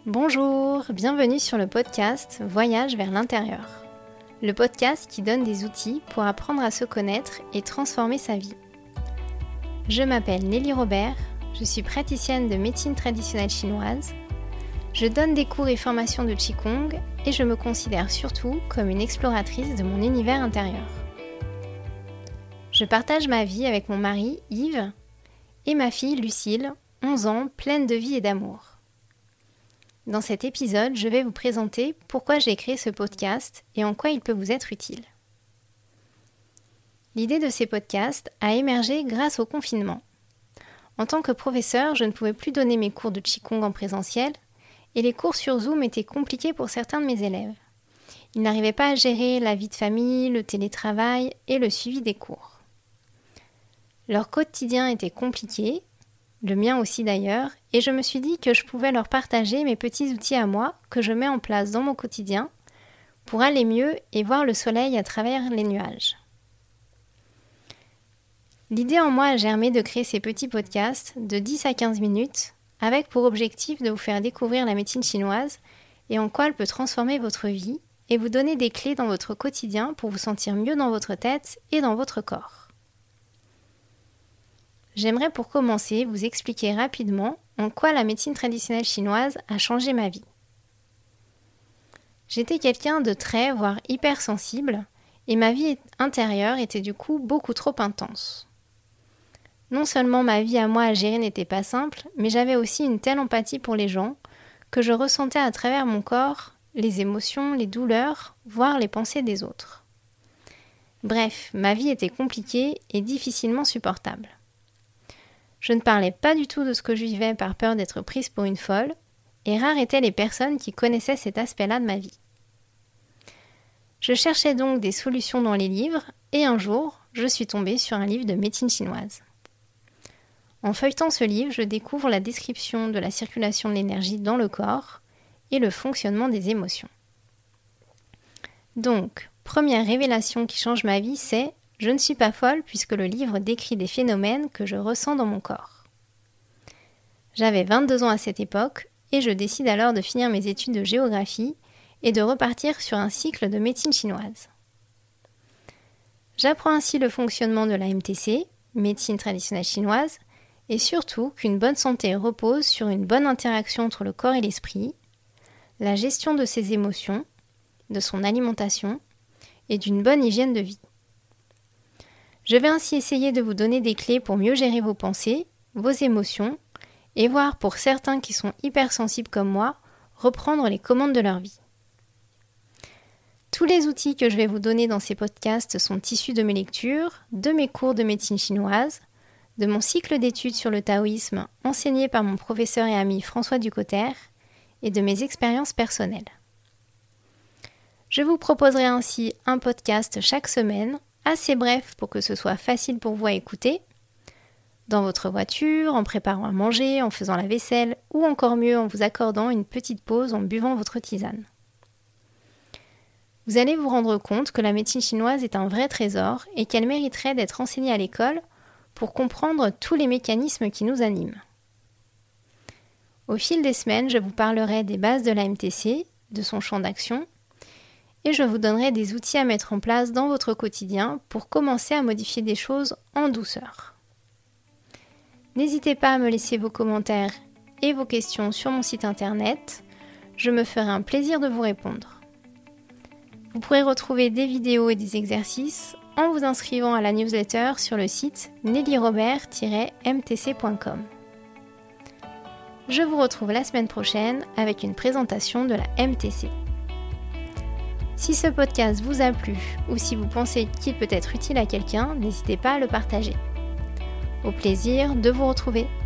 Bonjour, bienvenue sur le podcast Voyage vers l'intérieur. Le podcast qui donne des outils pour apprendre à se connaître et transformer sa vie. Je m'appelle Nelly Robert, je suis praticienne de médecine traditionnelle chinoise. Je donne des cours et formations de Qigong et je me considère surtout comme une exploratrice de mon univers intérieur. Je partage ma vie avec mon mari Yves et ma fille Lucille, 11 ans, pleine de vie et d'amour. Dans cet épisode, je vais vous présenter pourquoi j'ai créé ce podcast et en quoi il peut vous être utile. L'idée de ces podcasts a émergé grâce au confinement. En tant que professeur, je ne pouvais plus donner mes cours de Qigong en présentiel et les cours sur Zoom étaient compliqués pour certains de mes élèves. Ils n'arrivaient pas à gérer la vie de famille, le télétravail et le suivi des cours. Leur quotidien était compliqué, le mien aussi d'ailleurs, et je me suis dit que je pouvais leur partager mes petits outils à moi que je mets en place dans mon quotidien pour aller mieux et voir le soleil à travers les nuages. L'idée en moi a germé de créer ces petits podcasts de 10 à 15 minutes avec pour objectif de vous faire découvrir la médecine chinoise et en quoi elle peut transformer votre vie et vous donner des clés dans votre quotidien pour vous sentir mieux dans votre tête et dans votre corps. J'aimerais pour commencer vous expliquer rapidement en quoi la médecine traditionnelle chinoise a changé ma vie. J'étais quelqu'un de très, voire hypersensible, et ma vie intérieure était du coup beaucoup trop intense. Non seulement ma vie à moi à gérer n'était pas simple, mais j'avais aussi une telle empathie pour les gens que je ressentais à travers mon corps les émotions, les douleurs, voire les pensées des autres. Bref, ma vie était compliquée et difficilement supportable. Je ne parlais pas du tout de ce que je vivais par peur d'être prise pour une folle, et rares étaient les personnes qui connaissaient cet aspect-là de ma vie. Je cherchais donc des solutions dans les livres, et un jour, je suis tombée sur un livre de médecine chinoise. En feuilletant ce livre, je découvre la description de la circulation de l'énergie dans le corps et le fonctionnement des émotions. Donc, première révélation qui change ma vie, c'est « Je ne suis pas folle puisque le livre décrit des phénomènes que je ressens dans mon corps ». J'avais 22 ans à cette époque et je décide alors de finir mes études de géographie et de repartir sur un cycle de médecine chinoise. J'apprends ainsi le fonctionnement de la MTC, médecine traditionnelle chinoise, et surtout qu'une bonne santé repose sur une bonne interaction entre le corps et l'esprit, la gestion de ses émotions, de son alimentation et d'une bonne hygiène de vie. Je vais ainsi essayer de vous donner des clés pour mieux gérer vos pensées, vos émotions et voir pour certains qui sont hypersensibles comme moi, reprendre les commandes de leur vie. Tous les outils que je vais vous donner dans ces podcasts sont issus de mes lectures, de mes cours de médecine chinoise, de mon cycle d'études sur le taoïsme enseigné par mon professeur et ami François Ducotter et de mes expériences personnelles. Je vous proposerai ainsi un podcast chaque semaine, assez bref pour que ce soit facile pour vous à écouter, dans votre voiture, en préparant à manger, en faisant la vaisselle ou encore mieux en vous accordant une petite pause en buvant votre tisane. Vous allez vous rendre compte que la médecine chinoise est un vrai trésor et qu'elle mériterait d'être enseignée à l'école pour comprendre tous les mécanismes qui nous animent. Au fil des semaines, je vous parlerai des bases de la MTC, de son champ d'action, et je vous donnerai des outils à mettre en place dans votre quotidien pour commencer à modifier des choses en douceur. N'hésitez pas à me laisser vos commentaires et vos questions sur mon site internet, je me ferai un plaisir de vous répondre. Vous pourrez retrouver des vidéos et des exercices en vous inscrivant à la newsletter sur le site nellyrobert-mtc.com. Je vous retrouve la semaine prochaine avec une présentation de la MTC. Si ce podcast vous a plu ou si vous pensez qu'il peut être utile à quelqu'un, n'hésitez pas à le partager. Au plaisir de vous retrouver.